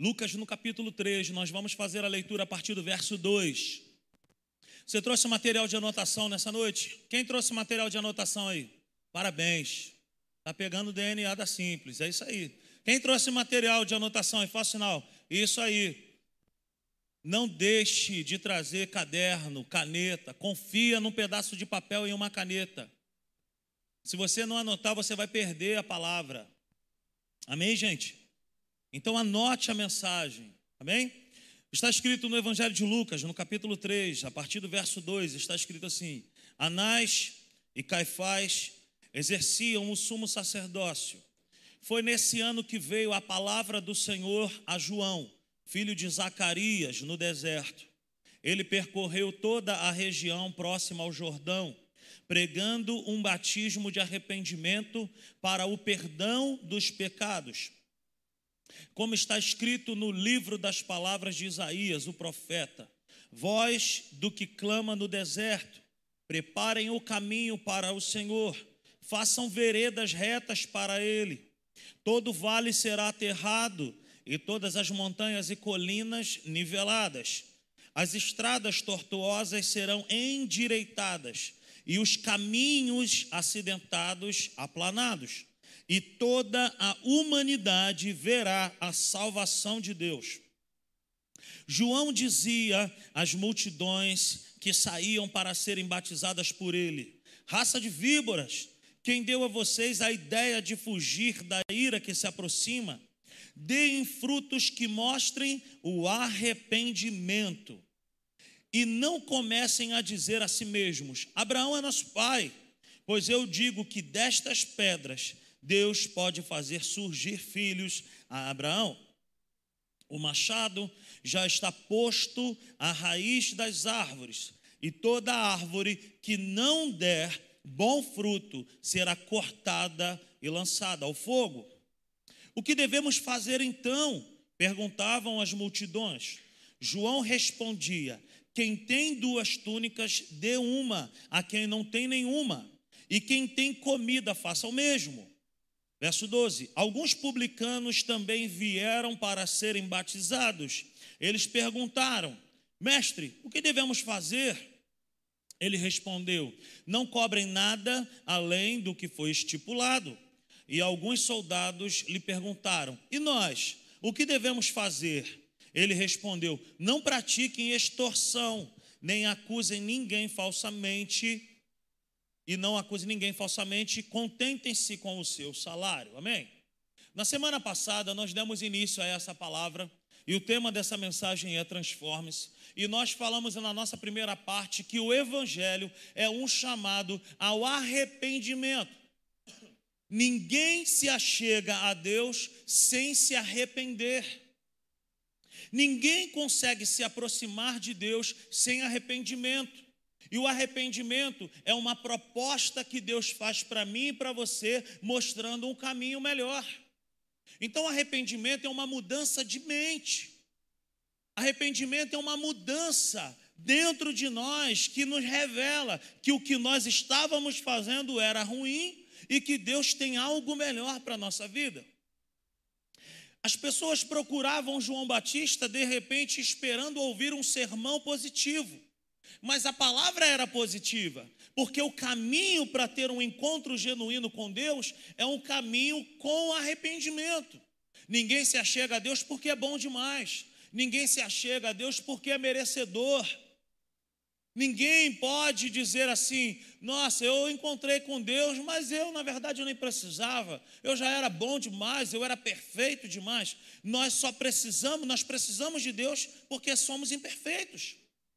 Lucas no capítulo 3, nós vamos fazer a leitura a partir do verso 2. Você trouxe material de anotação nessa noite? Quem trouxe material de anotação aí? Parabéns. Está pegando o DNA da Simples, é isso aí. Quem trouxe material de anotação aí? Faça sinal. Isso aí. Não deixe de trazer caderno, caneta. Confia num pedaço de papel e uma caneta. Se você não anotar, você vai perder a palavra. Amém, gente? Então anote a mensagem. Amém? Está escrito no Evangelho de Lucas, no capítulo 3, a partir do verso 2, está escrito assim: Anás e Caifás exerciam o sumo sacerdócio. Foi nesse ano que veio a palavra do Senhor a João, filho de Zacarias, no deserto. Ele percorreu toda a região próxima ao Jordão, pregando um batismo de arrependimento para o perdão dos pecados. Como está escrito no livro das palavras de Isaías, o profeta: voz do que clama no deserto, preparem o caminho para o Senhor, façam veredas retas para ele. Todo vale será aterrado e todas as montanhas e colinas niveladas. As estradas tortuosas serão endireitadas e os caminhos acidentados aplanados. E toda a humanidade verá a salvação de Deus. João dizia às multidões que saíam para serem batizadas por ele: raça de víboras, quem deu a vocês a ideia de fugir da ira que se aproxima? Deem frutos que mostrem o arrependimento. E não comecem a dizer a si mesmos: Abraão é nosso pai. Pois eu digo que destas pedras Deus pode fazer surgir filhos a Abraão. O machado já está posto à raiz das árvores, e toda árvore que não der bom fruto será cortada e lançada ao fogo. O que devemos fazer então? Perguntavam as multidões. João respondia: quem tem 2 túnicas, dê uma a quem não tem nenhuma, e quem tem comida, faça o mesmo. Verso 12, alguns publicanos também vieram para serem batizados. Eles perguntaram: mestre, o que devemos fazer? Ele respondeu: não cobrem nada além do que foi estipulado. E alguns soldados lhe perguntaram: e nós, o que devemos fazer? Ele respondeu: não pratiquem extorsão, nem acusem ninguém falsamente. E não acuse ninguém falsamente, contentem-se com o seu salário. Amém? Na semana passada nós demos início a essa palavra e o tema dessa mensagem é transforme-se. E nós falamos na nossa primeira parte que o evangelho é um chamado ao arrependimento. Ninguém se achega a Deus sem se arrepender. Ninguém consegue se aproximar de Deus sem arrependimento. E o arrependimento é uma proposta que Deus faz para mim e para você, mostrando um caminho melhor. Então, arrependimento é uma mudança de mente. Arrependimento é uma mudança dentro de nós que nos revela que o que nós estávamos fazendo era ruim e que Deus tem algo melhor para a nossa vida. As pessoas procuravam João Batista, de repente, esperando ouvir um sermão positivo. Mas a palavra era positiva, porque o caminho para ter um encontro genuíno com Deus é um caminho com arrependimento. Ninguém se achega a Deus porque é bom demais. Ninguém se achega a Deus porque é merecedor. Ninguém pode dizer assim: nossa, eu encontrei com Deus, mas eu na verdade eu nem precisava. Eu já era bom demais, eu era perfeito demais. Nós precisamos de Deus porque somos imperfeitos.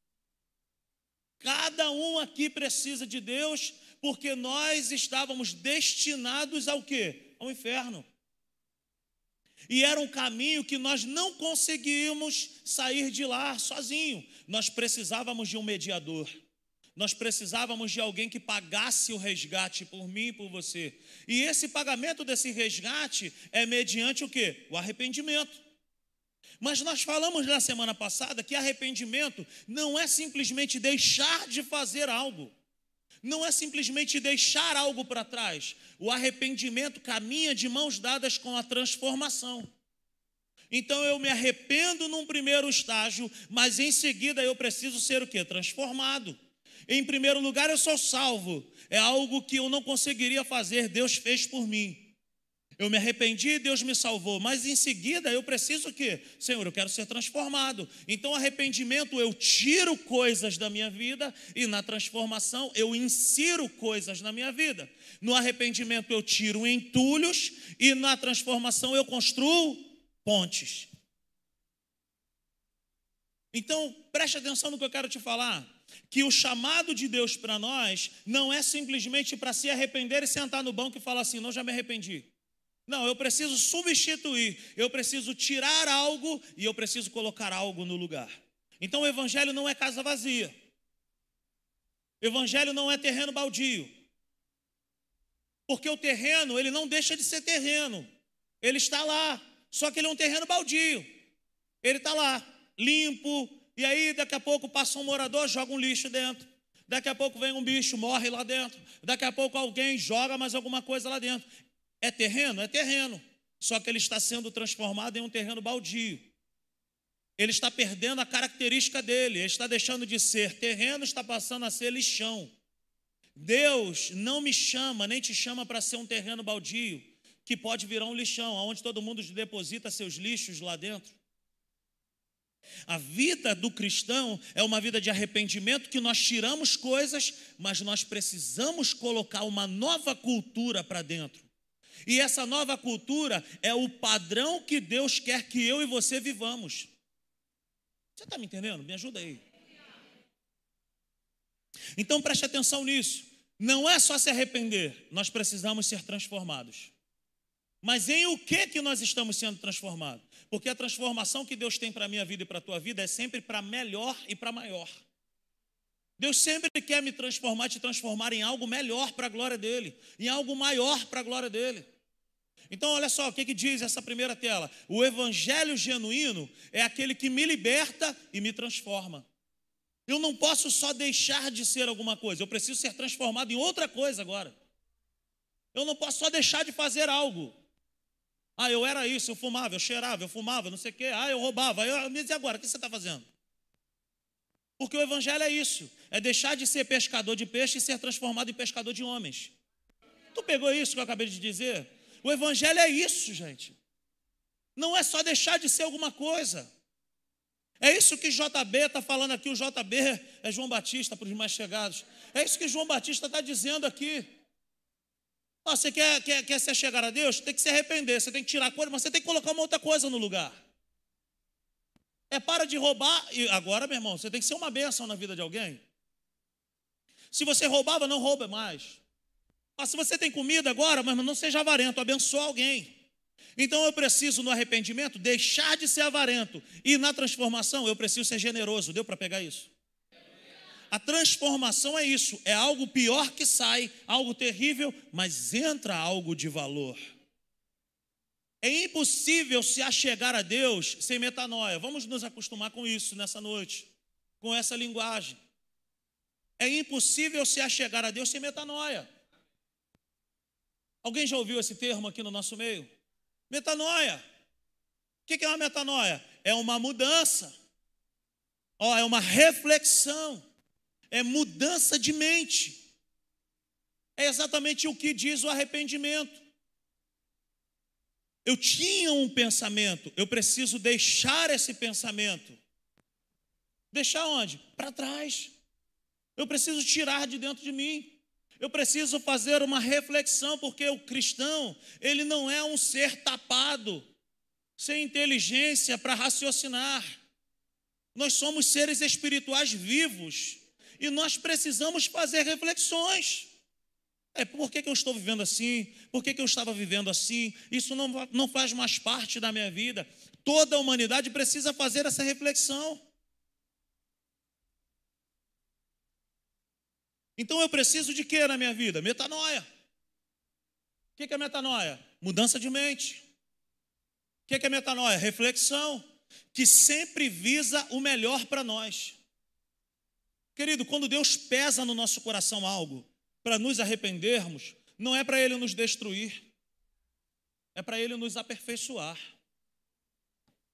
Cada um aqui precisa de Deus, porque nós estávamos destinados ao quê? Ao inferno. E era um caminho que nós não conseguíamos sair de lá sozinho. Nós precisávamos de um mediador. Nós precisávamos de alguém que pagasse o resgate por mim e por você. E esse pagamento desse resgate é mediante o quê? O arrependimento. Mas nós falamos na semana passada que arrependimento não é simplesmente deixar de fazer algo. Não é simplesmente deixar algo para trás. O arrependimento caminha de mãos dadas com a transformação. Então eu me arrependo num primeiro estágio, mas em seguida eu preciso ser o quê? Transformado. Em primeiro lugar, eu sou salvo. É algo que eu não conseguiria fazer, Deus fez por mim. Eu me arrependi, Deus me salvou. Mas em seguida eu preciso o quê? Senhor, eu quero ser transformado. Então arrependimento, eu tiro coisas da minha vida, e na transformação eu insiro coisas na minha vida. No arrependimento eu tiro entulhos, e na transformação eu construo pontes. Então preste atenção no que eu quero te falar. Que o chamado de Deus para nós não é simplesmente para se arrepender e sentar no banco e falar assim, não, já me arrependi. Não, eu preciso substituir, eu preciso tirar algo e eu preciso colocar algo no lugar. Então o evangelho não é casa vazia. O evangelho não é terreno baldio. Porque o terreno, ele não deixa de ser terreno. Ele está lá, só que ele é um terreno baldio. Ele está lá, limpo, e aí daqui a pouco passa um morador, joga um lixo dentro. Daqui a pouco vem um bicho, morre lá dentro. Daqui a pouco alguém joga mais alguma coisa lá dentro. É terreno? É terreno. Só que ele está sendo transformado em um terreno baldio. Ele está perdendo a característica dele. Ele está deixando de ser terreno, está passando a ser lixão. Deus não me chama, nem te chama para ser um terreno baldio, que pode virar um lixão, onde todo mundo deposita seus lixos lá dentro. A vida do cristão é uma vida de arrependimento, que nós tiramos coisas, mas nós precisamos colocar uma nova cultura para dentro. E essa nova cultura é o padrão que Deus quer que eu e você vivamos. Você está me entendendo? Me ajuda aí. Então preste atenção nisso. Não é só se arrepender, nós precisamos ser transformados. Mas em o que nós estamos sendo transformados? Porque a transformação que Deus tem para a minha vida e para a tua vida é sempre para melhor e para maior. Deus sempre quer me transformar, te transformar em algo melhor para a glória dEle, em algo maior para a glória dEle. Então olha só, o que diz essa primeira tela? O evangelho genuíno é aquele que me liberta e me transforma. Eu não posso só deixar de ser alguma coisa, eu preciso ser transformado em outra coisa agora. Eu não posso só deixar de fazer algo. Ah, eu era isso, eu fumava, eu cheirava, eu fumava, não sei o quê. Ah, eu roubava. E agora, o que você está fazendo? Porque o evangelho é isso. É deixar de ser pescador de peixe e ser transformado em pescador de homens. Tu pegou isso que eu acabei de dizer? O evangelho é isso, gente. Não é só deixar de ser alguma coisa. É isso que JB está falando aqui. O JB é João Batista, para os mais chegados. É isso que João Batista está dizendo aqui. Você quer se chegar a Deus? Tem que se arrepender, você tem que tirar a coisa, mas você tem que colocar uma outra coisa no lugar. Para de roubar, e agora, meu irmão, você tem que ser uma bênção na vida de alguém. Se você roubava, não roube mais. Se você tem comida agora, mas não seja avarento, abençoa alguém. Então eu preciso, no arrependimento, deixar de ser avarento, e na transformação eu preciso ser generoso. Deu para pegar isso? A transformação é isso, é algo pior que sai, algo terrível, mas entra algo de valor. É impossível se achegar a Deus sem metanoia. Vamos nos acostumar com isso nessa noite, com essa linguagem. É impossível se achegar a Deus sem metanoia. Alguém já ouviu esse termo aqui no nosso meio? Metanoia. O que é uma metanoia? É uma mudança. É uma reflexão. É mudança de mente. É exatamente o que diz o arrependimento. Eu tinha um pensamento, eu preciso deixar esse pensamento. Deixar onde? Para trás. Eu preciso tirar de dentro de mim. Eu preciso fazer uma reflexão, porque o cristão, ele não é um ser tapado, sem inteligência para raciocinar. Nós somos seres espirituais vivos. E nós precisamos fazer reflexões. Por que eu estou vivendo assim? Por que eu estava vivendo assim? Isso não faz mais parte da minha vida. Toda a humanidade precisa fazer essa reflexão. Então eu preciso de quê na minha vida? Metanoia. O que é metanoia? Mudança de mente. O que é metanoia? Reflexão, que sempre visa o melhor para nós. Querido, quando Deus pesa no nosso coração algo para nos arrependermos, não é para Ele nos destruir, é para Ele nos aperfeiçoar.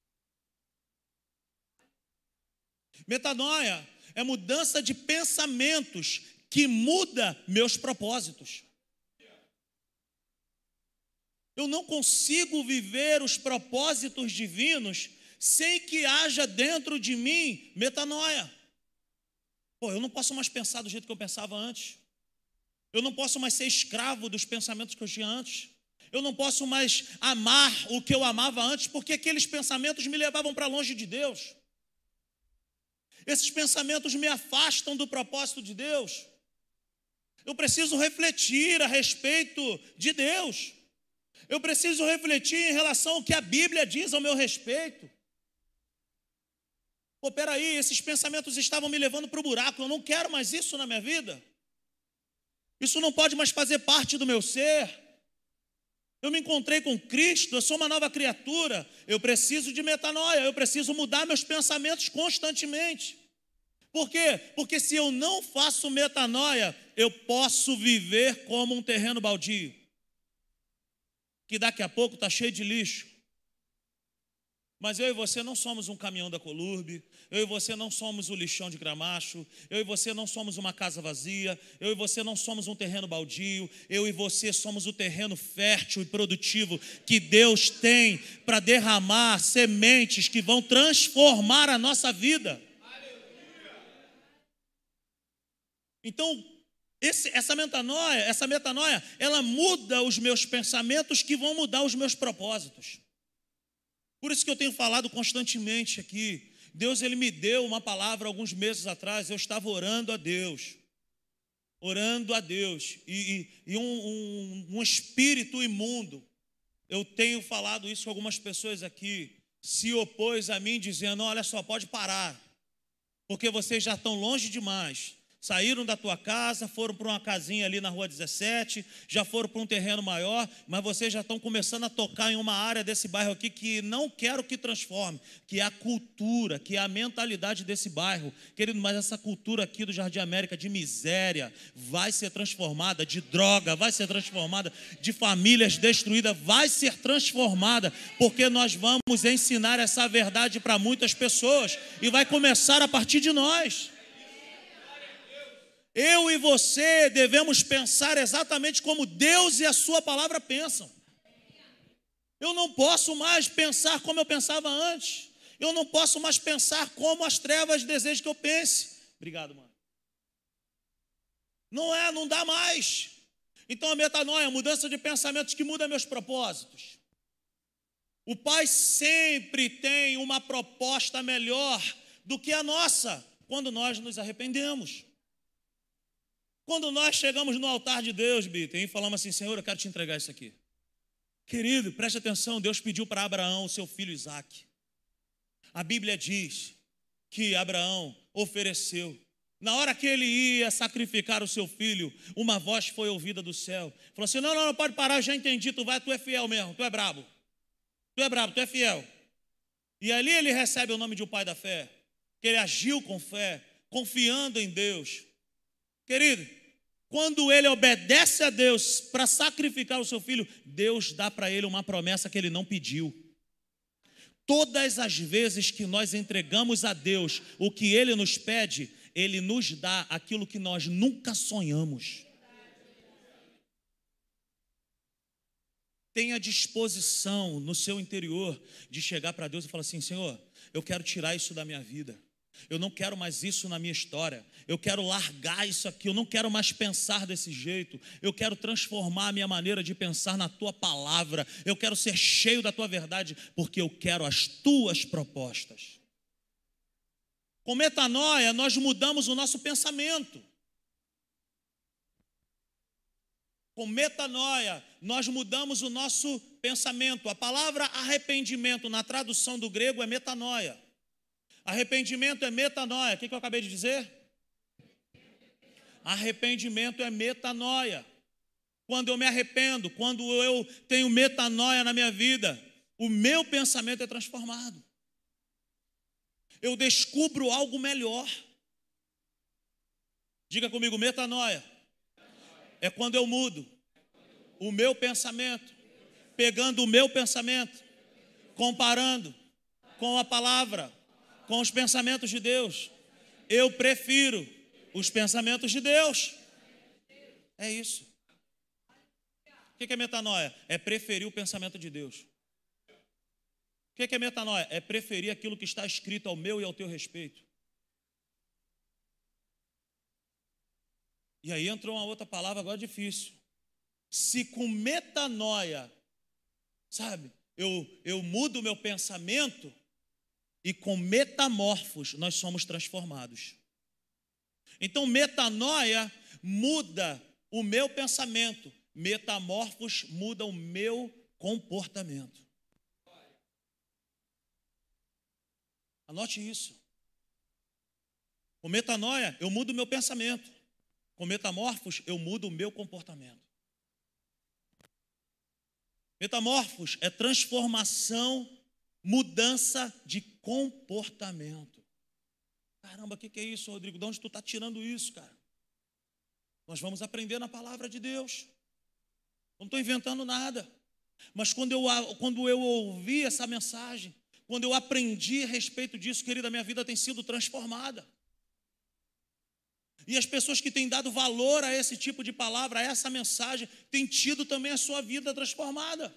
Metanoia é mudança de pensamentos que muda meus propósitos. Eu não consigo viver os propósitos divinos sem que haja dentro de mim metanoia. Eu não posso mais pensar do jeito que eu pensava antes. Eu não posso mais ser escravo dos pensamentos que eu tinha antes. Eu não posso mais amar o que eu amava antes, porque aqueles pensamentos me levavam para longe de Deus. Esses pensamentos me afastam do propósito de Deus. Eu preciso refletir a respeito de Deus. Eu preciso refletir em relação ao que a Bíblia diz ao meu respeito. Peraí, esses pensamentos estavam me levando para o buraco, eu não quero mais isso na minha vida. Isso não pode mais fazer parte do meu ser. Eu me encontrei com Cristo, eu sou uma nova criatura, eu preciso de metanoia, eu preciso mudar meus pensamentos constantemente. Por quê? Porque se eu não faço metanoia, eu posso viver como um terreno baldio, que daqui a pouco está cheio de lixo. Mas eu e você não somos um caminhão da Colurbe, eu e você não somos o lixão de Gramacho, eu e você não somos uma casa vazia, eu e você não somos um terreno baldio, eu e você somos o terreno fértil e produtivo que Deus tem para derramar sementes que vão transformar a nossa vida. Então, essa metanoia, ela muda os meus pensamentos que vão mudar os meus propósitos. Por isso que eu tenho falado constantemente aqui. Deus, Ele me deu uma palavra alguns meses atrás, eu estava orando a Deus. E um espírito imundo, eu tenho falado isso com algumas pessoas aqui, se opôs a mim dizendo, olha só, pode parar, porque vocês já estão longe demais. Saíram da tua casa, foram para uma casinha ali na rua 17, já foram para um terreno maior, mas vocês já estão começando a tocar em uma área desse bairro aqui que não quero que transforme, que é a cultura, que é a mentalidade desse bairro. Querido, mas essa cultura aqui do Jardim América de miséria vai ser transformada, de droga vai ser transformada, de famílias destruídas vai ser transformada, porque nós vamos ensinar essa verdade para muitas pessoas e vai começar a partir de nós. Eu e você devemos pensar exatamente como Deus e a sua palavra pensam. Eu não posso mais pensar como eu pensava antes. Eu não posso mais pensar como as trevas desejam que eu pense. Obrigado, mano. Não dá mais. Então a metanoia, a mudança de pensamentos que muda meus propósitos. O Pai sempre tem uma proposta melhor do que a nossa, quando nós nos arrependemos. Quando nós chegamos no altar de Deus, Bitten, e falamos assim, Senhor, eu quero te entregar isso aqui. Querido, preste atenção, Deus pediu para Abraão o seu filho Isaque. A Bíblia diz que Abraão ofereceu. Na hora que ele ia sacrificar o seu filho, uma voz foi ouvida do céu. Falou assim, não, pode parar, eu já entendi, tu é fiel mesmo, tu é brabo. Tu é fiel. E ali ele recebe o nome de o pai da fé, que ele agiu com fé, confiando em Deus. Querido, quando ele obedece a Deus para sacrificar o seu filho, Deus dá para ele uma promessa que ele não pediu. Todas as vezes que nós entregamos a Deus o que Ele nos pede, Ele nos dá aquilo que nós nunca sonhamos. Tenha disposição no seu interior de chegar para Deus e falar assim, Senhor, eu quero tirar isso da minha vida. Eu não quero mais isso na minha história. Eu quero largar isso aqui. Eu não quero mais pensar desse jeito. Eu quero transformar a minha maneira de pensar na tua palavra. Eu quero ser cheio da tua verdade, porque eu quero as tuas propostas. Com metanoia, nós mudamos o nosso pensamento. Com metanoia, nós mudamos o nosso pensamento. A palavra arrependimento, na tradução do grego, é metanoia. Arrependimento é metanoia. O que eu acabei de dizer? Arrependimento é metanoia. Quando eu me arrependo, quando eu tenho metanoia na minha vida, o meu pensamento é transformado. Eu descubro algo melhor. Diga comigo, metanoia. É quando eu mudo o meu pensamento, pegando o meu pensamento, comparando com a palavra com os pensamentos de Deus. Eu prefiro os pensamentos de Deus. É isso. O que é metanoia? É preferir o pensamento de Deus. O que é metanoia? É preferir aquilo que está escrito ao meu e ao teu respeito. E aí entrou uma outra palavra agora difícil. Se com metanoia, sabe, eu mudo o meu pensamento, e com metamorfos nós somos transformados. Então metanoia muda o meu pensamento, metamorfos muda o meu comportamento. Anote isso. Com metanoia eu mudo o meu pensamento, com metamorfos eu mudo o meu comportamento. Metamorfos é transformação, mudança de comportamento. Caramba, o que é isso, Rodrigo? De onde tu está tirando isso, cara? Nós vamos aprender na palavra de Deus. Não estou inventando nada. Mas quando eu ouvi essa mensagem, quando eu aprendi a respeito disso, querida, minha vida tem sido transformada. E as pessoas que têm dado valor a esse tipo de palavra, a essa mensagem, têm tido também a sua vida transformada.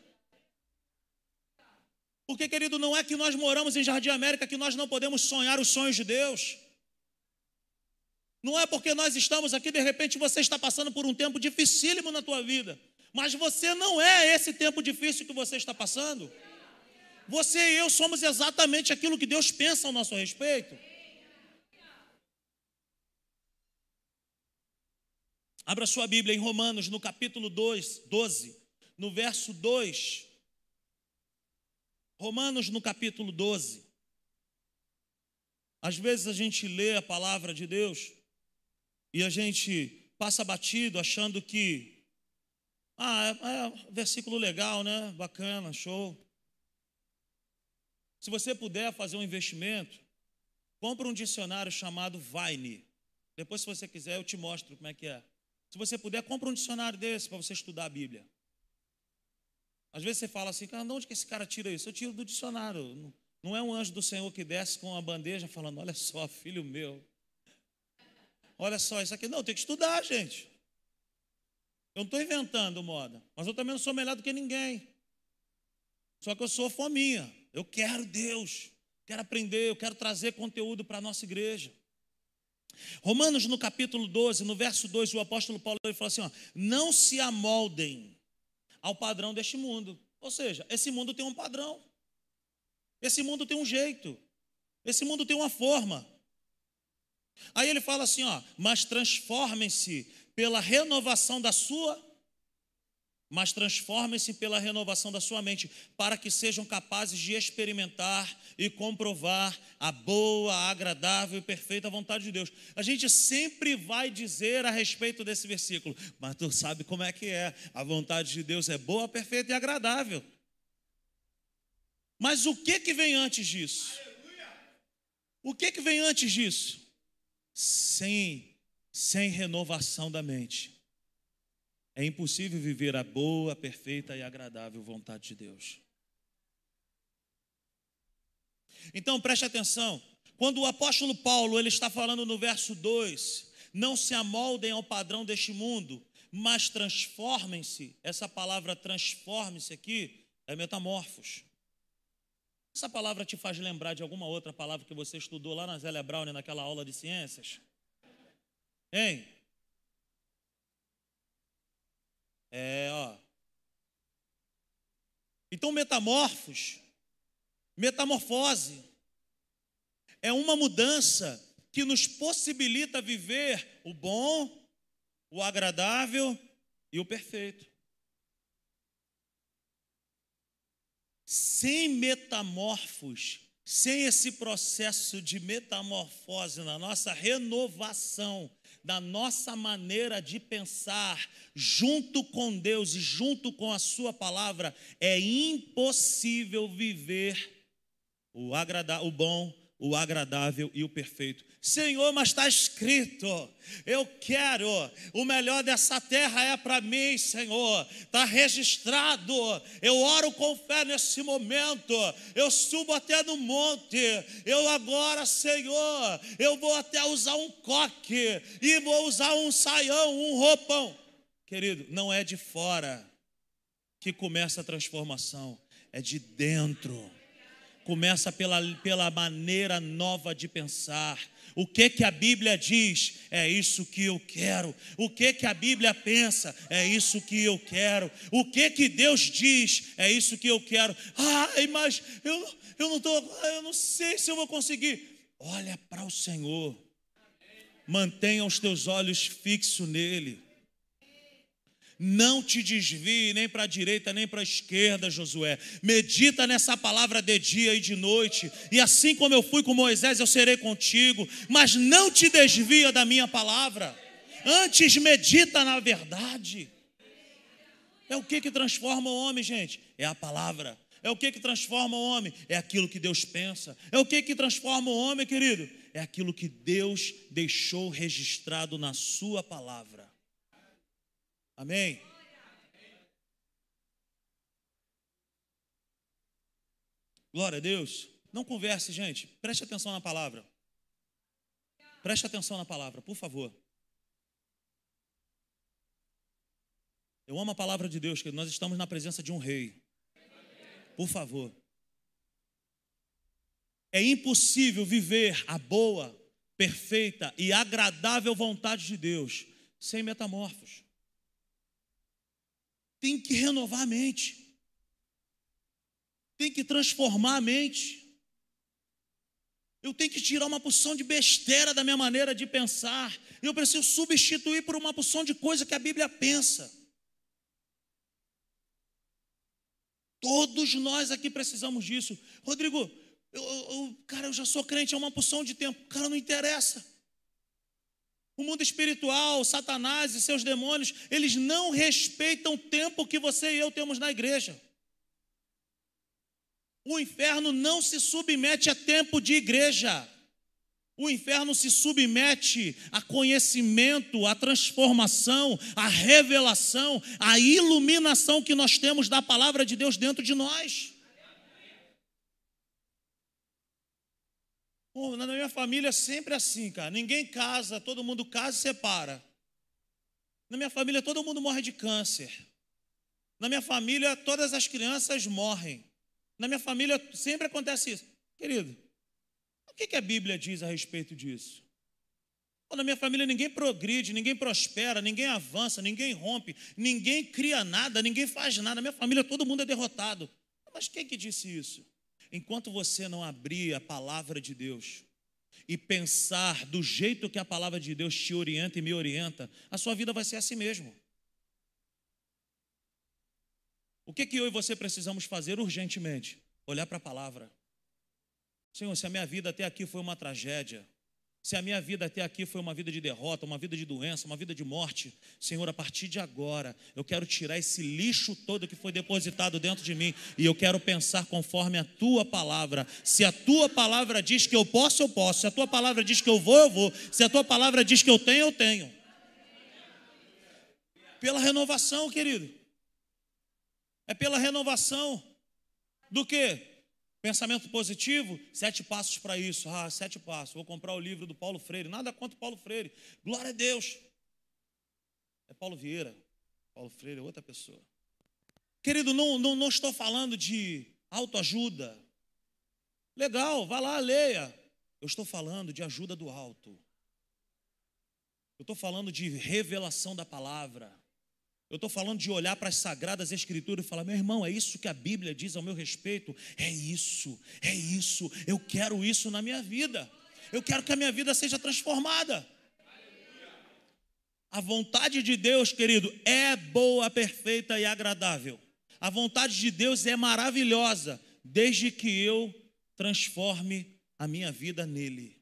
Porque, querido, não é que nós moramos em Jardim América que nós não podemos sonhar os sonhos de Deus. Não é porque nós estamos aqui, de repente você está passando por um tempo dificílimo na tua vida. Mas você não é esse tempo difícil que você está passando. Você e eu somos exatamente aquilo que Deus pensa ao nosso respeito. Abra sua Bíblia em Romanos, no capítulo 12, no verso 2. Romanos, no capítulo 12. Às vezes a gente lê a palavra de Deus e a gente passa batido achando que é versículo legal, né? Bacana, show. Se você puder fazer um investimento, compra um dicionário chamado Vine. Depois, se você quiser, eu te mostro como é que é. Se você puder, compra um dicionário desse para você estudar a Bíblia. Às vezes você fala assim, de onde que esse cara tira isso? Eu tiro do dicionário. Não é um anjo do Senhor que desce com uma bandeja falando, olha só, filho meu. Olha só, isso aqui. Não, tem que estudar, gente. Eu não estou inventando moda, mas eu também não sou melhor do que ninguém. Só que eu sou fominha. Eu quero Deus, quero aprender, eu quero trazer conteúdo para a nossa igreja. Romanos, no capítulo 12, no verso 2, o apóstolo Paulo ele fala assim, não se amoldem ao padrão deste mundo. Ou seja, esse mundo tem um padrão. Esse mundo tem um jeito. Esse mundo tem uma forma. Aí ele fala assim, mas transformem-se pela renovação da sua mente, para que sejam capazes de experimentar e comprovar a boa, agradável e perfeita vontade de Deus. A gente sempre vai dizer a respeito desse versículo, mas tu sabe como é que é, a vontade de Deus é boa, perfeita e agradável. Mas o que vem antes disso? O que vem antes disso? Sem renovação da mente, é impossível viver a boa, perfeita e agradável vontade de Deus. Então, preste atenção. Quando o apóstolo Paulo ele está falando no verso 2, não se amoldem ao padrão deste mundo, mas transformem-se. Essa palavra transforme-se aqui é metamorfos. Essa palavra te faz lembrar de alguma outra palavra que você estudou lá na Zélia Brown, naquela aula de ciências? Hein? Então metamorfose é uma mudança que nos possibilita viver o bom, o agradável e o perfeito. Sem metamorfos, sem esse processo de metamorfose na nossa renovação, da nossa maneira de pensar, junto com Deus e junto com a sua palavra, é impossível viver o bom, o agradável e o perfeito. Senhor, mas está escrito, eu quero, o melhor dessa terra é para mim, Senhor, está registrado, eu oro com fé nesse momento, eu subo até no monte, eu agora, Senhor, eu vou até usar um coque, e vou usar um saião, um roupão. Querido, não é de fora que começa a transformação, é de dentro. Começa pela maneira nova de pensar. O que a Bíblia diz? É isso que eu quero. O que a Bíblia pensa? É isso que eu quero. O que Deus diz? É isso que eu quero. Ai, mas eu não sei se eu vou conseguir. Olha para o Senhor. Mantenha os teus olhos fixos nele. Não te desvie nem para a direita nem para a esquerda, Josué. Medita nessa palavra de dia e de noite. E assim como eu fui com Moisés, eu serei contigo. Mas não te desvia da minha palavra. Antes medita na verdade. É o que transforma o homem, gente? É a palavra. É o que transforma o homem? É aquilo que Deus pensa. É o que transforma o homem, querido? É aquilo que Deus deixou registrado na sua palavra. Amém? Glória a Deus. Não converse, gente. Preste atenção na palavra. Preste atenção na palavra, por favor. Eu amo a palavra de Deus, que nós estamos na presença de um rei. Por favor. É impossível viver a boa, perfeita e agradável vontade de Deus sem metamorfos. Tem que renovar a mente. Tem que transformar a mente. Eu tenho que tirar uma porção de besteira da minha maneira de pensar. Eu preciso substituir por uma porção de coisa que a Bíblia pensa. Todos nós aqui precisamos disso. Rodrigo, eu já sou crente há uma porção de tempo. Cara, não interessa. O mundo espiritual, Satanás e seus demônios, eles não respeitam o tempo que você e eu temos na igreja. O inferno não se submete a tempo de igreja. O inferno se submete a conhecimento, a transformação, a revelação, a iluminação que nós temos da palavra de Deus dentro de nós. Na minha família é sempre assim, cara. Ninguém casa, todo mundo casa e separa. Na minha família todo mundo morre de câncer. Na minha família todas as crianças morrem. Na minha família sempre acontece isso. Querido, o que a Bíblia diz a respeito disso? Na minha família ninguém progride, ninguém prospera, ninguém avança, ninguém rompe, ninguém cria nada, ninguém faz nada. Na minha família todo mundo é derrotado. Mas quem que disse isso? Enquanto você não abrir a palavra de Deus e pensar do jeito que a palavra de Deus te orienta e me orienta, a sua vida vai ser assim mesmo. O que eu e você precisamos fazer urgentemente? Olhar para a palavra. Senhor, se a minha vida até aqui foi uma tragédia, se a minha vida até aqui foi uma vida de derrota, uma vida de doença, uma vida de morte, Senhor, a partir de agora, eu quero tirar esse lixo todo que foi depositado dentro de mim e eu quero pensar conforme a Tua palavra. Se a Tua palavra diz que eu posso, eu posso. Se a Tua palavra diz que eu vou, eu vou. Se a Tua palavra diz que eu tenho, eu tenho. Pela renovação, querido. É pela renovação do quê? Pensamento positivo, 7 passos para isso. 7 passos. Vou comprar o livro do Paulo Freire. Nada contra o Paulo Freire. Glória a Deus. É Paulo Vieira. Paulo Freire é outra pessoa. Querido, não estou falando de autoajuda. Legal, vá lá, leia. Eu estou falando de ajuda do alto. Eu estou falando de revelação da palavra. Eu estou falando de olhar para as Sagradas Escrituras e falar: meu irmão, é isso que a Bíblia diz ao meu respeito? É isso, eu quero isso na minha vida. Eu quero que a minha vida seja transformada. A vontade de Deus, querido, é boa, perfeita e agradável. A vontade de Deus é maravilhosa, desde que eu transforme a minha vida nele.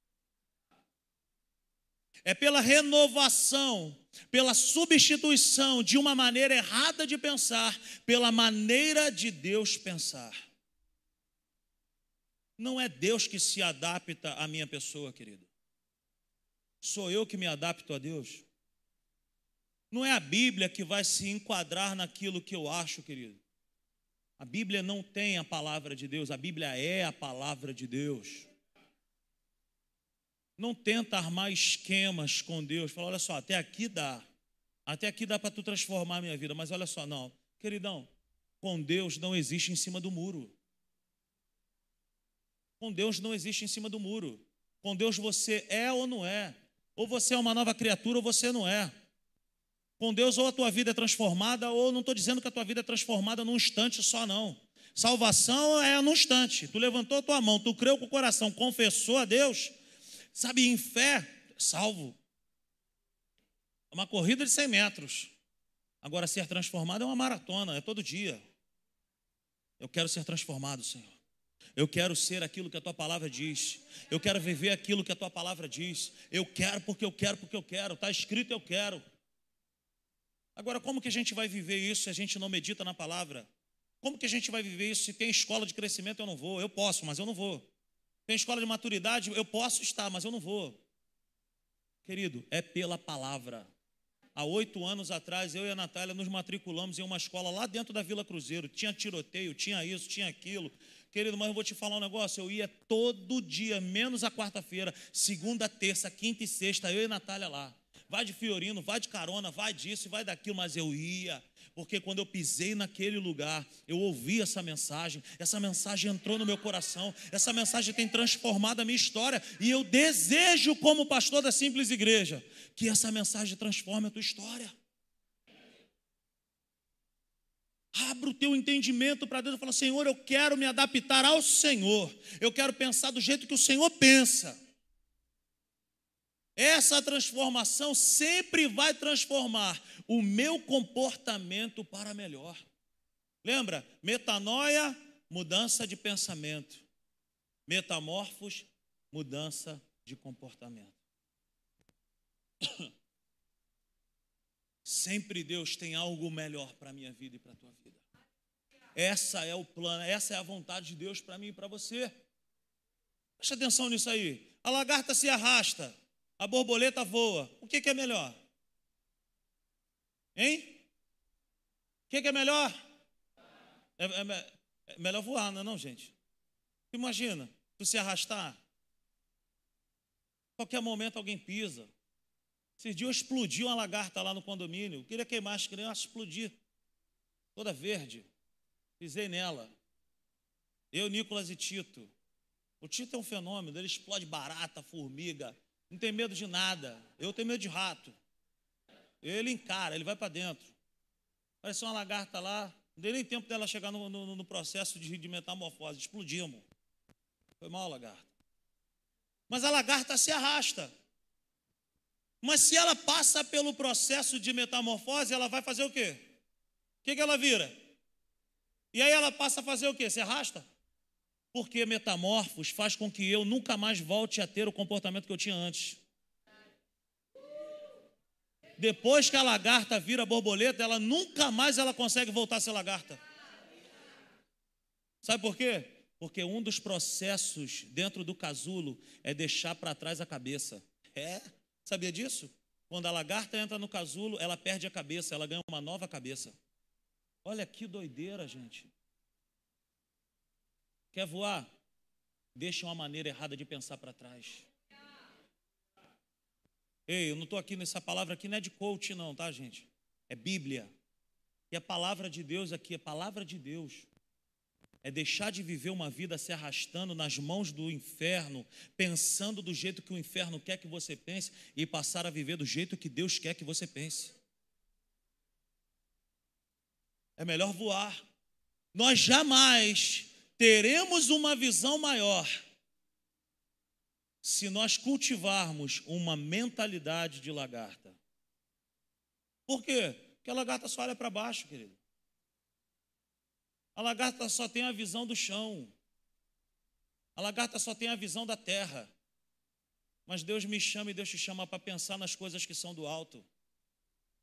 É pela renovação, pela substituição de uma maneira errada de pensar, pela maneira de Deus pensar. Não é Deus que se adapta à minha pessoa, querido. Sou eu que me adapto a Deus. Não é a Bíblia que vai se enquadrar naquilo que eu acho, querido. A Bíblia não tem a palavra de Deus, a Bíblia é a palavra de Deus. Não tenta armar esquemas com Deus. Fala, olha só, até aqui dá para tu transformar a minha vida, mas olha só, não. Queridão, com Deus não existe em cima do muro. Com Deus não existe em cima do muro. Com Deus você é ou não é. Ou você é uma nova criatura ou você não é. Com Deus ou a tua vida é transformada, ou não estou dizendo que a tua vida é transformada num instante só, não. Salvação é num instante. Tu levantou a tua mão, tu creu com o coração, confessou a Deus, sabe, em fé, salvo. É uma corrida de 100 metros. Agora, ser transformado é uma maratona, é todo dia. Eu quero ser transformado, Senhor. Eu quero ser aquilo que a tua palavra diz. Eu quero viver aquilo que a tua palavra diz. Eu quero porque eu quero, porque eu quero. Está escrito, eu quero. Agora, como que a gente vai viver isso se a gente não medita na palavra? Como que a gente vai viver isso se tem escola de crescimento? Eu não vou. Eu posso, mas eu não vou. Tem escola de maturidade? Eu posso estar, mas eu não vou. Querido, é pela palavra. Há 8 anos atrás, eu e a Natália nos matriculamos em uma escola lá dentro da Vila Cruzeiro. Tinha tiroteio, tinha isso, tinha aquilo. Querido, mas eu vou te falar um negócio. Eu ia todo dia, menos a quarta-feira, segunda, terça, quinta e sexta, eu e a Natália lá. Vai de Fiorino, vai de carona, vai disso e vai daquilo, mas eu ia, porque quando eu pisei naquele lugar, eu ouvi essa mensagem entrou no meu coração, essa mensagem tem transformado a minha história, e eu desejo, como pastor da Simples Igreja, que essa mensagem transforme a tua história. Abra o teu entendimento para Deus e fala, Senhor, eu quero me adaptar ao Senhor, eu quero pensar do jeito que o Senhor pensa. Essa transformação sempre vai transformar o meu comportamento para melhor. Lembra? Metanoia, mudança de pensamento. Metamorfos, mudança de comportamento. Sempre Deus tem algo melhor para a minha vida e para a tua vida. Essa é o plano, essa é a vontade de Deus para mim e para você. Preste atenção nisso aí. A lagarta se arrasta. A borboleta voa. O que é melhor? Hein? O que é melhor? É melhor voar, não é não, gente? Imagina, tu se arrastar. Qualquer momento alguém pisa. Esses dias explodiu uma lagarta lá no condomínio. Eu queria queimar as crianças, explodir. Toda verde. Pisei nela. Eu, Nicolas e Tito. O Tito é um fenômeno. Ele explode barata, formiga. Não tem medo de nada. Eu tenho medo de rato. Ele encara, ele vai para dentro. Parecia uma lagarta lá. Não deu nem tempo dela chegar no processo de metamorfose. Explodimos. Foi mal a lagarta. Mas a lagarta se arrasta. Mas se ela passa pelo processo de metamorfose, ela vai fazer o quê? O que ela vira? E aí ela passa a fazer o quê? Se arrasta? Porque metamorfos faz com que eu nunca mais volte a ter o comportamento que eu tinha antes. Depois que a lagarta vira borboleta, ela nunca mais consegue voltar a ser lagarta. Sabe por quê? Porque um dos processos dentro do casulo é deixar para trás a cabeça. Sabia disso? Quando a lagarta entra no casulo, ela perde a cabeça, ela ganha uma nova cabeça. Olha que doideira, gente. Quer voar? Deixa uma maneira errada de pensar para trás. Ei, eu não estou aqui nessa palavra aqui, não é de coach não, tá, gente? É Bíblia. E a palavra de Deus aqui, a palavra de Deus é deixar de viver uma vida se arrastando nas mãos do inferno, pensando do jeito que o inferno quer que você pense e passar a viver do jeito que Deus quer que você pense. É melhor voar. Nós jamais teremos uma visão maior se nós cultivarmos uma mentalidade de lagarta. Por quê? Porque a lagarta só olha para baixo, querido. A lagarta só tem a visão do chão. A lagarta só tem a visão da terra. Mas Deus me chama e Deus te chama para pensar nas coisas que são do alto.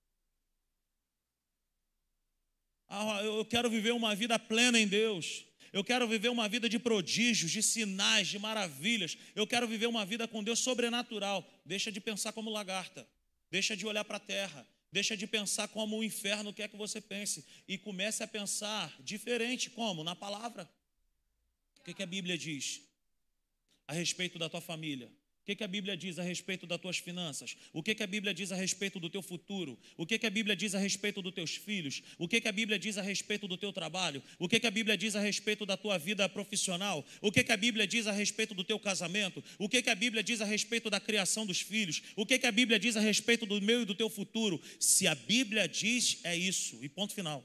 Eu quero viver uma vida plena em Deus. Eu quero viver uma vida de prodígios, de sinais, de maravilhas. Eu quero viver uma vida com Deus sobrenatural. Deixa de pensar como lagarta. Deixa de olhar para a terra. Deixa de pensar como o inferno quer que você pense. E comece a pensar diferente. Como? Na palavra. O que a Bíblia diz a respeito da tua família? O que a Bíblia diz a respeito das tuas finanças? O que a Bíblia diz a respeito do teu futuro? O que a Bíblia diz a respeito dos teus filhos? O que a Bíblia diz a respeito do teu trabalho? O que a Bíblia diz a respeito da tua vida profissional? O que a Bíblia diz a respeito do teu casamento? O que a Bíblia diz a respeito da criação dos filhos? O que a Bíblia diz a respeito do meu e do teu futuro? Se a Bíblia diz, é isso, e ponto final.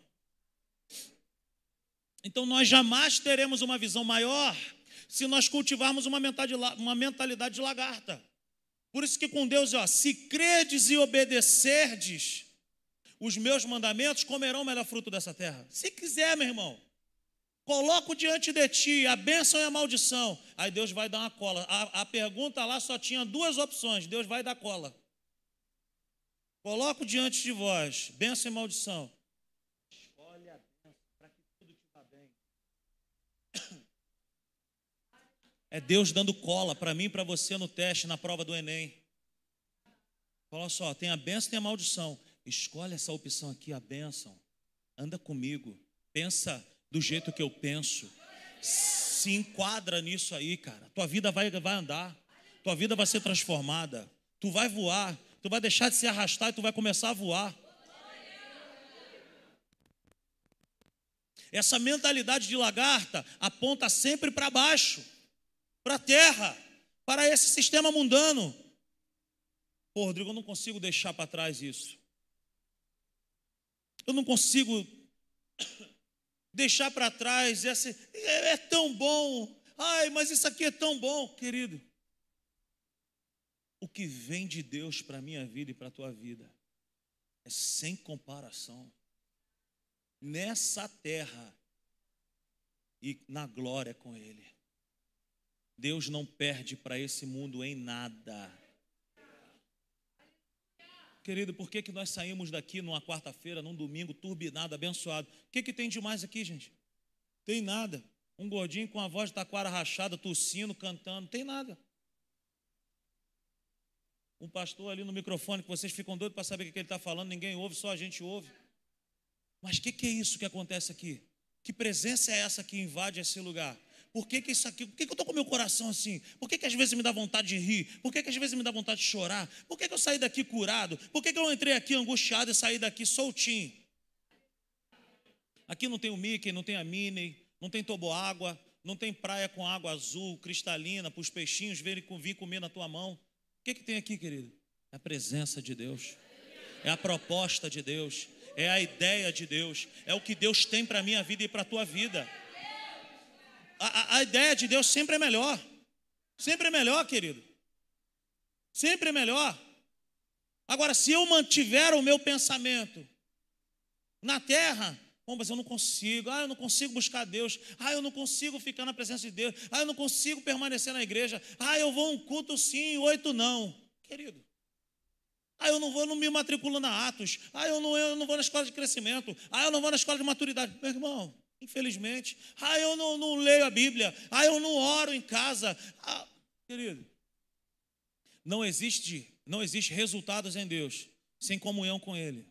Então nós jamais teremos uma visão maior se nós cultivarmos uma mentalidade de lagarta. Por isso que com Deus, se credes e obedecerdes os meus mandamentos, comerão o melhor fruto dessa terra. Se quiser, meu irmão, coloco diante de ti a bênção e a maldição. Aí Deus vai dar uma cola. A pergunta lá só tinha duas opções, Deus vai dar cola. Coloco diante de vós, bênção e maldição. Escolhe a bênção para que tudo te vá bem. É Deus dando cola para mim e para você no teste, na prova do Enem. Olha só, tem a bênção e tem a maldição. Escolhe essa opção aqui, a bênção. Anda comigo. Pensa do jeito que eu penso. Se enquadra nisso aí, cara. Tua vida vai andar. Tua vida vai ser transformada. Tu vai voar. Tu vai deixar de se arrastar e tu vai começar a voar. Essa mentalidade de lagarta aponta sempre para baixo. Para a terra, para esse sistema mundano. Pô, Rodrigo, eu não consigo deixar para trás isso. Eu não consigo deixar para trás esse. É tão bom. Ai, mas isso aqui é tão bom, querido. O que vem de Deus para a minha vida e para a tua vida é sem comparação. Nessa terra e na glória com Ele. Deus não perde para esse mundo em nada. Querido, por que nós saímos daqui numa quarta-feira, num domingo turbinado, abençoado? O que tem de mais aqui, gente? Tem nada. Um gordinho com a voz de taquara rachada, tossindo, cantando, tem nada. Um pastor ali no microfone, que vocês ficam doidos para saber o que ele está falando, ninguém ouve, só a gente ouve. Mas o que é isso que acontece aqui? Que presença é essa que invade esse lugar? Por que isso aqui? Por que eu estou com o meu coração assim? Por que às vezes me dá vontade de rir? Por que às vezes me dá vontade de chorar? Por que eu saí daqui curado? Por que eu entrei aqui angustiado e saí daqui soltinho? Aqui não tem o Mickey, não tem a Minnie, não tem toboágua, não tem praia com água azul, cristalina, para os peixinhos virem comer na tua mão. O que tem aqui, querido? É a presença de Deus. É a proposta de Deus. É a ideia de Deus. É o que Deus tem para a minha vida e para a tua vida. A ideia de Deus sempre é melhor. Sempre é melhor, querido. Sempre é melhor. Agora, se eu mantiver o meu pensamento na terra, mas eu não consigo. Eu não consigo buscar Deus. Eu não consigo ficar na presença de Deus. Eu não consigo permanecer na igreja. Eu vou a um culto sim, 8 não. Querido. Eu não me matriculo na Atos. Eu não vou na escola de crescimento. Eu não vou na escola de maturidade. Meu irmão, infelizmente. Eu não leio a Bíblia. Eu não oro em casa. Querido, não existe resultados em Deus sem comunhão com Ele.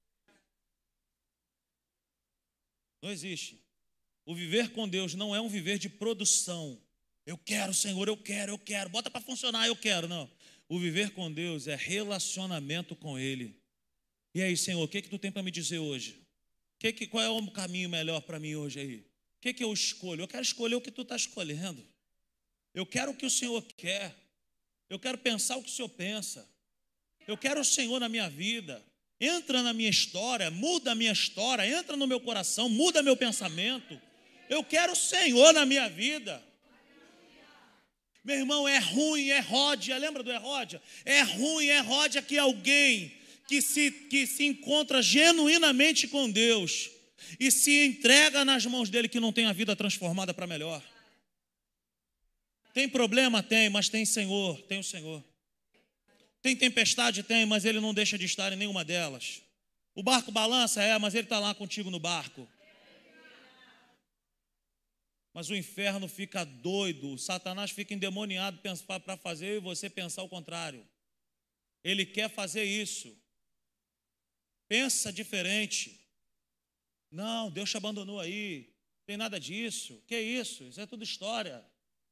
Não existe. O viver com Deus não é um viver de produção. Eu quero, Senhor, eu quero. Bota para funcionar, eu quero. Não. O viver com Deus é relacionamento com Ele. E aí, Senhor, o que tu tem para me dizer hoje? Qual é o caminho melhor para mim hoje aí? O que eu escolho? Eu quero escolher o que tu está escolhendo. Eu quero o que o Senhor quer. Eu quero pensar o que o Senhor pensa. Eu quero o Senhor na minha vida. Entra na minha história, muda a minha história, entra no meu coração, muda meu pensamento. Eu quero o Senhor na minha vida. Meu irmão, é ruim, é ródia. Lembra do Heródia? É ruim, é ródia que alguém que se encontra genuinamente com Deus e se entrega nas mãos dele, que não tem a vida transformada para melhor. Tem problema? Tem, mas tem Senhor, tem o Senhor. Tem tempestade? Tem, mas Ele não deixa de estar em nenhuma delas. O barco balança? Mas Ele está lá contigo no barco. Mas o inferno fica doido, Satanás fica endemoniado para fazer eu e você pensar o contrário. Ele quer fazer isso. Pensa diferente. Não, Deus te abandonou aí. Não tem nada disso. Que isso? Isso é tudo história.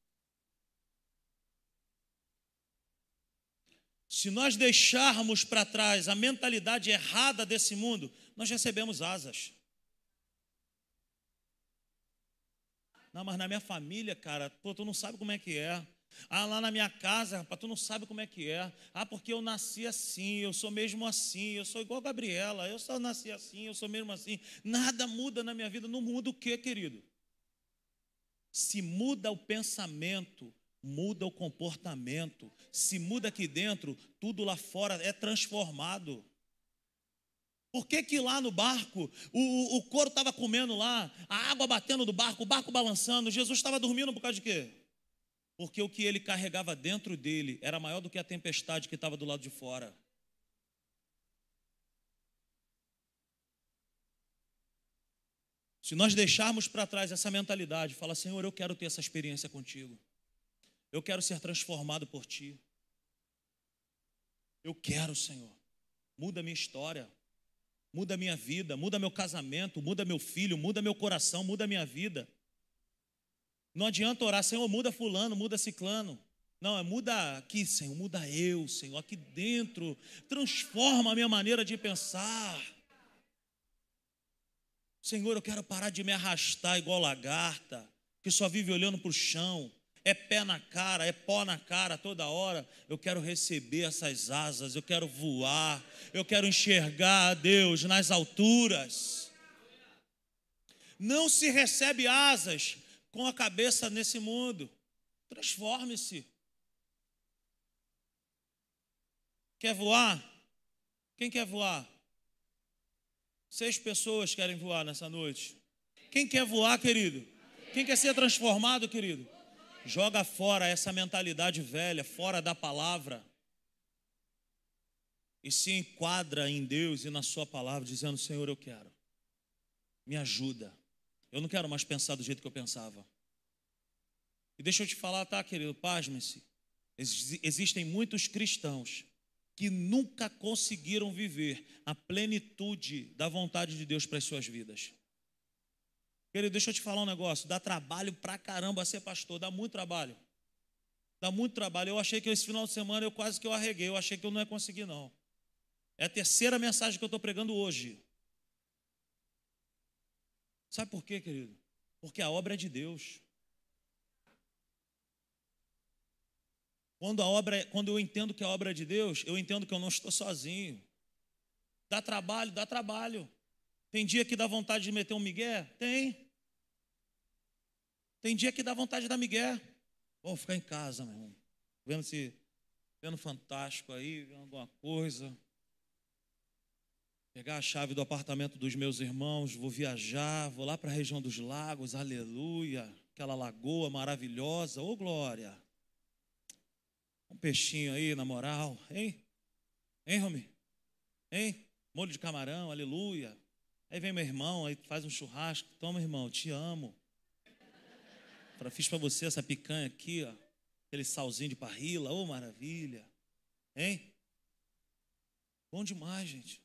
Se nós deixarmos para trás a mentalidade errada desse mundo, nós recebemos asas. Não, mas na minha família, cara, pô, tu não sabe como é que é. Ah, lá na minha casa, rapaz, tu não sabe como é que é. Ah, porque eu nasci assim, eu sou mesmo assim, eu sou igual a Gabriela, eu só nasci assim, eu sou mesmo assim. Nada muda na minha vida. Não muda o quê, querido? Se muda o pensamento, muda o comportamento. Se muda aqui dentro, tudo lá fora é transformado. Por que que lá no barco, o couro estava comendo lá, a água batendo do barco, o barco balançando, Jesus estava dormindo por causa de quê? Porque o que ele carregava dentro dele era maior do que a tempestade que estava do lado de fora. Se nós deixarmos para trás essa mentalidade, fala, Senhor, eu quero ter essa experiência contigo. Eu quero ser transformado por ti. Eu quero, Senhor. Muda a minha história. Muda a minha vida, muda meu casamento, muda meu filho, muda meu coração, muda a minha vida. Não adianta orar, Senhor, muda fulano, muda ciclano. Não, é muda aqui, Senhor, muda eu, Senhor, aqui dentro. Transforma a minha maneira de pensar. Senhor, eu quero parar de me arrastar igual lagarta, que só vive olhando para o chão. É pé na cara, é pó na cara toda hora. Eu quero receber essas asas, eu quero voar, eu quero enxergar a Deus nas alturas. Não se recebe asas com a cabeça nesse mundo. Transforme-se. Quer voar? Quem quer voar? 6 pessoas querem voar nessa noite. Quem quer voar, querido? Quem quer ser transformado, querido? Joga fora essa mentalidade velha, fora da palavra, e se enquadra em Deus e na sua palavra, dizendo, Senhor, eu quero, me ajuda. Eu não quero mais pensar do jeito que eu pensava. E deixa eu te falar, tá, querido, pasme-se. Existem muitos cristãos que nunca conseguiram viver a plenitude da vontade de Deus para as suas vidas. Querido, deixa eu te falar um negócio, dá trabalho pra caramba ser pastor, dá muito trabalho. Dá muito trabalho. Eu achei que esse final de semana eu quase que eu arreguei, eu achei que eu não ia conseguir não. É a terceira mensagem que eu estou pregando hoje. Sabe por quê, querido? Porque a obra é de Deus. Quando eu entendo que a obra é de Deus, eu entendo que eu não estou sozinho. Dá trabalho, dá trabalho. Tem dia que dá vontade de meter um migué? Tem. Tem dia que dá vontade de dar migué. Vou ficar em casa, meu irmão. Vendo Fantástico aí, vendo alguma coisa. Pegar a chave do apartamento dos meus irmãos, vou viajar, vou lá para a região dos lagos, aleluia. Aquela lagoa maravilhosa, ô glória. Um peixinho aí, na moral, hein? Hein, Romi? Hein? Molho de camarão, aleluia. Aí vem meu irmão, aí faz um churrasco. Toma, irmão, te amo. Fiz para você essa picanha aqui, ó. Aquele salzinho de parrila, ô maravilha. Hein? Bom demais, gente.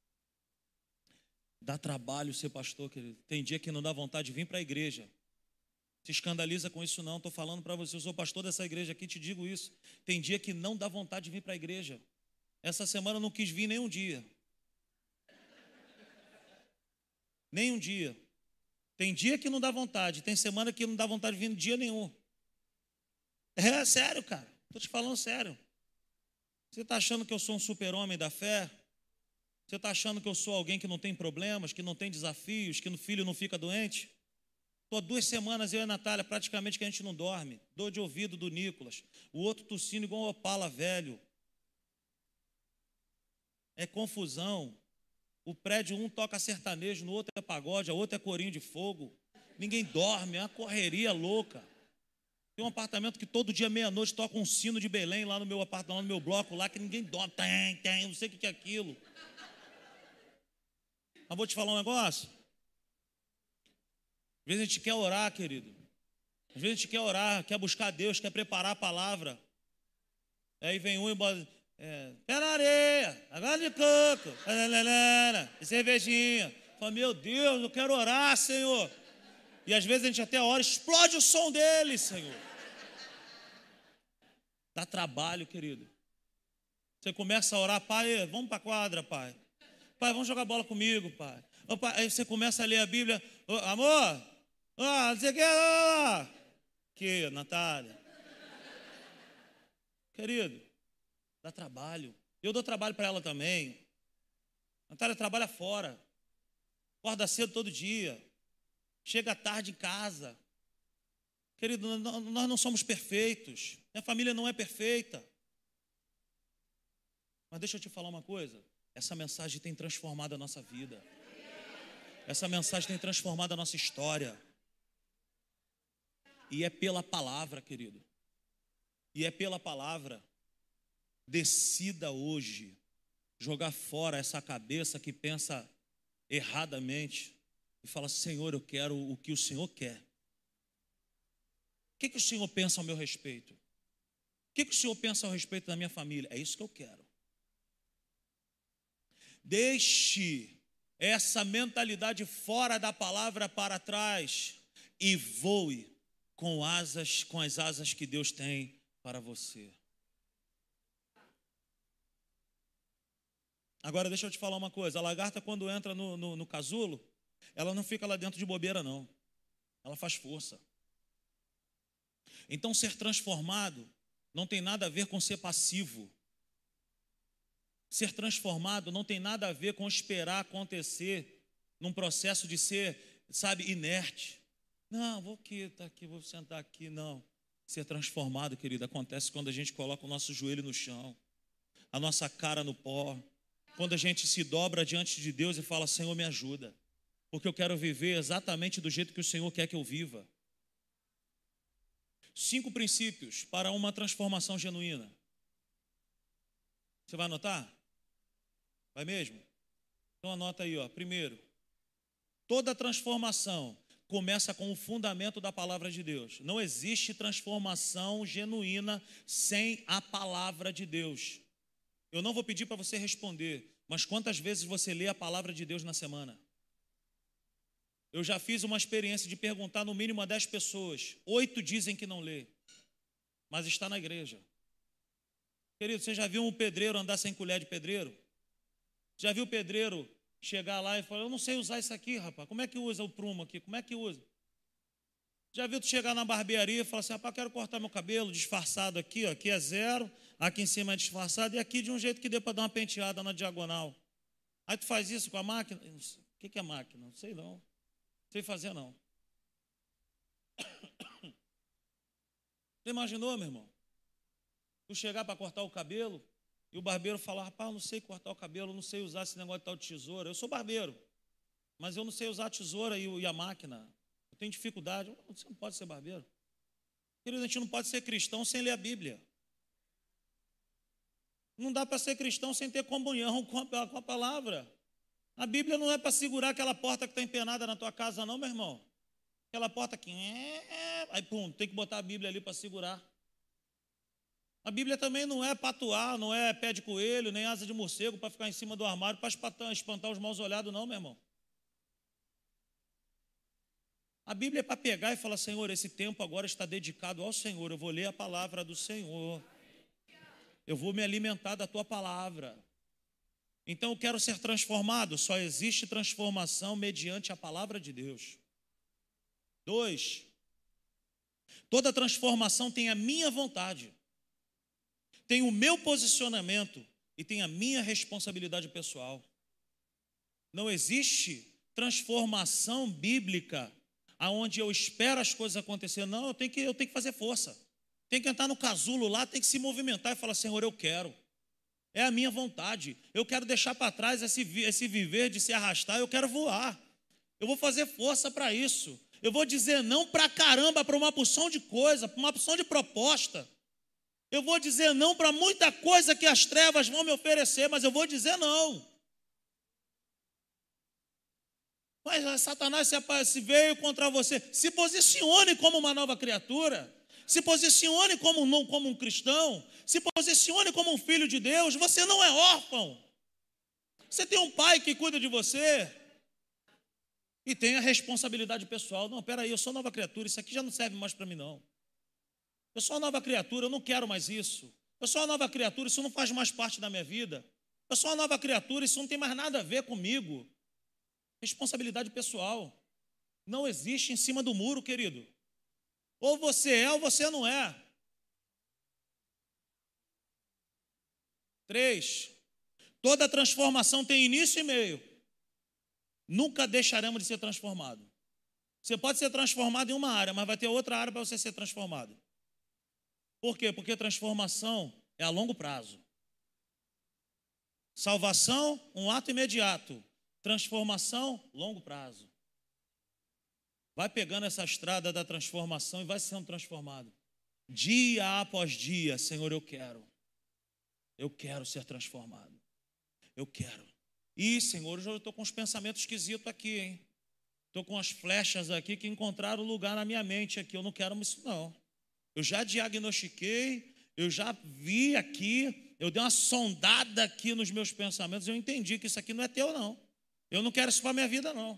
Dá trabalho ser pastor, querido. Tem dia que não dá vontade de vir para a igreja. Se escandaliza com isso não, estou falando para você, eu sou pastor dessa igreja aqui, te digo isso. Tem dia que não dá vontade de vir para a igreja. Essa semana eu não quis vir nem um dia. Nem um dia. Tem dia que não dá vontade, tem semana que não dá vontade de vir dia nenhum. É sério, cara. Estou te falando sério. Você está achando que eu sou um super-homem da fé? Você está achando que eu sou alguém que não tem problemas, que não tem desafios, que o filho não fica doente? Estou 2 semanas, eu e a Natália, praticamente que a gente não dorme. Dor de ouvido do Nicolas. O outro tossindo igual um Opala velho. É confusão. O prédio, um toca sertanejo, no outro é pagode, a outra é corinho de fogo. Ninguém dorme, é uma correria louca. Tem um apartamento que todo dia, meia-noite, toca um sino de Belém lá no meu apartamento, lá no meu bloco, lá que ninguém dorme. Tem, não sei o que é aquilo. Mas vou te falar um negócio. Às vezes a gente quer orar, querido. Às vezes a gente quer orar, quer buscar a Deus, quer preparar a palavra. Aí vem um e bota, pé na areia, água de coco, e cervejinha. Fala, meu Deus, eu quero orar, Senhor. E às vezes a gente até ora, explode o som dele, Senhor. Dá trabalho, querido. Você começa a orar, pai, vamos para a quadra, pai. Pai, vamos jogar bola comigo, pai. Aí você começa a ler a Bíblia, amor, não sei o que, Natália. Querido, dá trabalho. Eu dou trabalho para ela também. Natália trabalha fora. Acorda cedo todo dia. Chega tarde em casa. Querido, nós não somos perfeitos. Minha família não é perfeita. Mas deixa eu te falar uma coisa. Essa mensagem tem transformado a nossa vida. Essa mensagem tem transformado a nossa história. E é pela palavra, querido. E é pela palavra. Decida hoje jogar fora essa cabeça que pensa erradamente e fala, Senhor, eu quero o que o Senhor quer. O que o Senhor pensa ao meu respeito? O que o Senhor pensa ao respeito da minha família? É isso que eu quero. Deixe essa mentalidade fora da palavra para trás e voe com as asas que Deus tem para você. Agora deixa eu te falar uma coisa, a lagarta quando entra no casulo, ela não fica lá dentro de bobeira não, ela faz força. Então ser transformado não tem nada a ver com ser passivo. Ser transformado não tem nada a ver com esperar acontecer num processo de ser, inerte. Não, vou sentar aqui, não. Ser transformado, querido, acontece quando a gente coloca o nosso joelho no chão, a nossa cara no pó, quando a gente se dobra diante de Deus e fala, Senhor, me ajuda, porque eu quero viver exatamente do jeito que o Senhor quer que eu viva. 5 princípios para uma transformação genuína. Você vai anotar? Vai mesmo? Então anota aí, ó. Primeiro, toda transformação começa com o fundamento da palavra de Deus. Não existe transformação genuína sem a palavra de Deus. Eu não vou pedir para você responder, mas quantas vezes você lê a palavra de Deus na semana? Eu já fiz uma experiência de perguntar no mínimo a 10 pessoas. 8 dizem que não lê, mas está na igreja. Querido, você já viu um pedreiro andar sem colher de pedreiro? Já viu o pedreiro chegar lá e falar, eu não sei usar isso aqui, rapaz. Como é que usa o prumo aqui? Como é que usa? Já viu tu chegar na barbearia e falar assim, rapaz, quero cortar meu cabelo disfarçado aqui, ó. Aqui é 0, aqui em cima é disfarçado e aqui de um jeito que dê para dar uma penteada na diagonal. Aí tu faz isso com a máquina? O que é máquina? Não sei não. Não sei fazer não. Você imaginou, meu irmão? Tu chegar para cortar o cabelo e o barbeiro falar, rapaz, eu não sei cortar o cabelo, eu não sei usar esse negócio de tal de tesoura. Eu sou barbeiro, mas eu não sei usar a tesoura e a máquina. Eu tenho dificuldade. Você não pode ser barbeiro. Querido, a gente não pode ser cristão sem ler a Bíblia. Não dá para ser cristão sem ter comunhão com a palavra. A Bíblia não é para segurar aquela porta que está empenada na tua casa, não, meu irmão. Aquela porta que... Aí, pum, tem que botar a Bíblia ali para segurar. A Bíblia também não é patuar, não é pé de coelho, nem asa de morcego para ficar em cima do armário para espantar os maus olhados, não, meu irmão. A Bíblia é para pegar e falar, Senhor, esse tempo agora está dedicado ao Senhor, eu vou ler a palavra do Senhor. Eu vou me alimentar da tua palavra. Então eu quero ser transformado, só existe transformação mediante a palavra de Deus. 2, toda transformação tem a minha vontade, tem o meu posicionamento e tem a minha responsabilidade pessoal. Não existe transformação bíblica aonde eu espero as coisas acontecerem. Não, eu tenho que fazer força. Tem que entrar no casulo lá, tem que se movimentar e falar, Senhor, eu quero. É a minha vontade. Eu quero deixar para trás esse viver de se arrastar, eu quero voar. Eu vou fazer força para isso. Eu vou dizer não para caramba, para uma porção de coisa, para uma porção de proposta. Eu vou dizer não para muita coisa que as trevas vão me oferecer, mas eu vou dizer não. Mas Satanás se veio contra você. Se posicione como uma nova criatura. Se posicione como um cristão. Se posicione como um filho de Deus. Você não é órfão. Você tem um pai que cuida de você. E tem a responsabilidade pessoal. Não, peraí, eu sou nova criatura. Isso aqui já não serve mais para mim, não. Eu sou uma nova criatura, eu não quero mais isso. Eu sou uma nova criatura, isso não faz mais parte da minha vida. Eu sou uma nova criatura, isso não tem mais nada a ver comigo. Responsabilidade pessoal. Não existe em cima do muro, querido. Ou você é ou você não é. 3. Toda transformação tem início e meio. Nunca deixaremos de ser transformados. Você pode ser transformado em uma área, mas vai ter outra área para você ser transformado. Por quê? Porque transformação é a longo prazo. Salvação, um ato imediato. Transformação, longo prazo. Vai pegando essa estrada da transformação e vai sendo transformado. Dia após dia, Senhor, eu quero ser transformado. Eu quero. E, Senhor, hoje eu estou com uns pensamentos esquisitos aqui, hein? Estou com as flechas aqui que encontraram lugar na minha mente aqui. Eu não quero isso, não. Eu já diagnostiquei, eu já vi aqui, eu dei uma sondada aqui nos meus pensamentos, eu entendi que isso aqui não é teu, não. Eu não quero isso para a minha vida, não.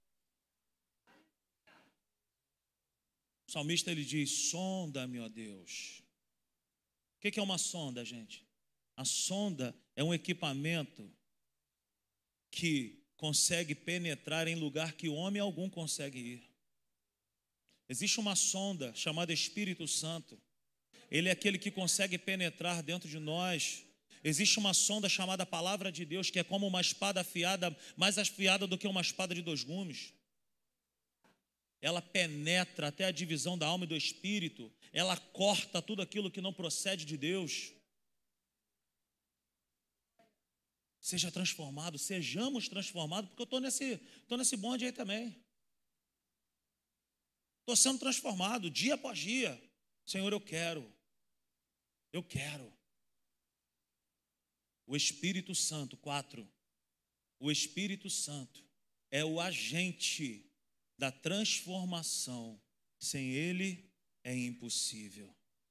O salmista, ele diz, sonda-me, ó Deus. O que é uma sonda, gente? A sonda é um equipamento que consegue penetrar em lugar que homem algum consegue ir. Existe uma sonda chamada Espírito Santo. Ele é aquele que consegue penetrar dentro de nós. Existe uma sonda chamada Palavra de Deus, que é como uma espada afiada, mais afiada do que uma espada de 2 gumes. Ela penetra até a divisão da alma e do espírito. Ela corta tudo aquilo que não procede de Deus. Seja transformado, sejamos transformados, porque eu estou nesse bonde aí também. Estou sendo transformado dia após dia. Senhor, eu quero. O Espírito Santo, 4. O Espírito Santo é o agente da transformação. Sem ele é impossível.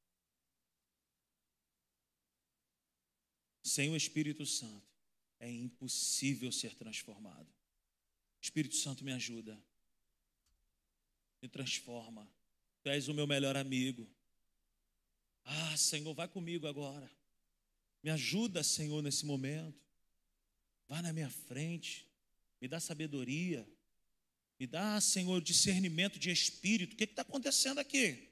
Sem o Espírito Santo é impossível ser transformado. Espírito Santo, me ajuda. Me transforma. Tu és o meu melhor amigo. Ah, Senhor, vai comigo agora. Me ajuda, Senhor, nesse momento. Vai na minha frente. Me dá sabedoria. Me dá, Senhor, discernimento de espírito. O que está acontecendo aqui?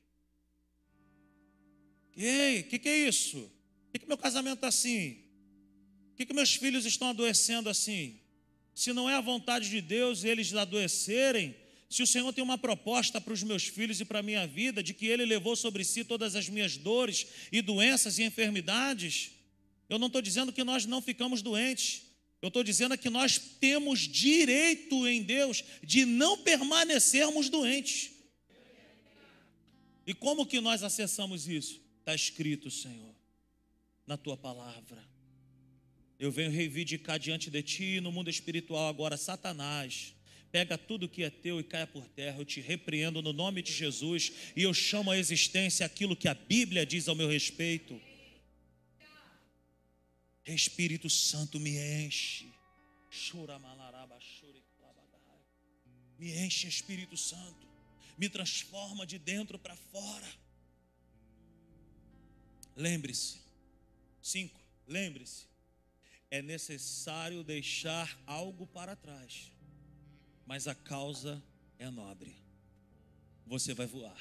Ei, o que é isso? Por que meu casamento está assim? Por que meus filhos estão adoecendo assim? Se não é a vontade de Deus eles adoecerem, se o Senhor tem uma proposta para os meus filhos e para a minha vida, de que Ele levou sobre si todas as minhas dores e doenças e enfermidades, eu não estou dizendo que nós não ficamos doentes, eu estou dizendo que nós temos direito em Deus de não permanecermos doentes. E como que nós acessamos isso? Está escrito, Senhor, na Tua palavra. Eu venho reivindicar diante de Ti no mundo espiritual agora, Satanás. Pega tudo que é teu e caia por terra. Eu te repreendo no nome de Jesus e eu chamo à existência aquilo que a Bíblia diz ao meu respeito. Espírito Santo, me enche. Me enche, Espírito Santo. Me transforma de dentro para fora. Lembre-se. 5. Lembre-se. É necessário deixar algo para trás, mas a causa é nobre. Você vai voar.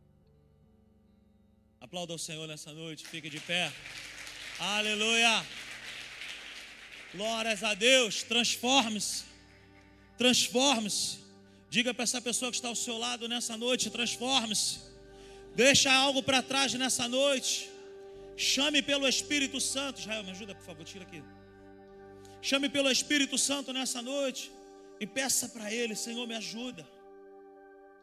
Aplauda o Senhor nessa noite, fique de pé. Aleluia. Glórias a Deus. Transforme-se. Transforme-se. Diga para essa pessoa que está ao seu lado nessa noite, transforme-se. Deixa algo para trás nessa noite. Chame pelo Espírito Santo. Israel, me ajuda, por favor, tira aqui. Chame pelo Espírito Santo nessa noite e peça para Ele, Senhor, me ajuda.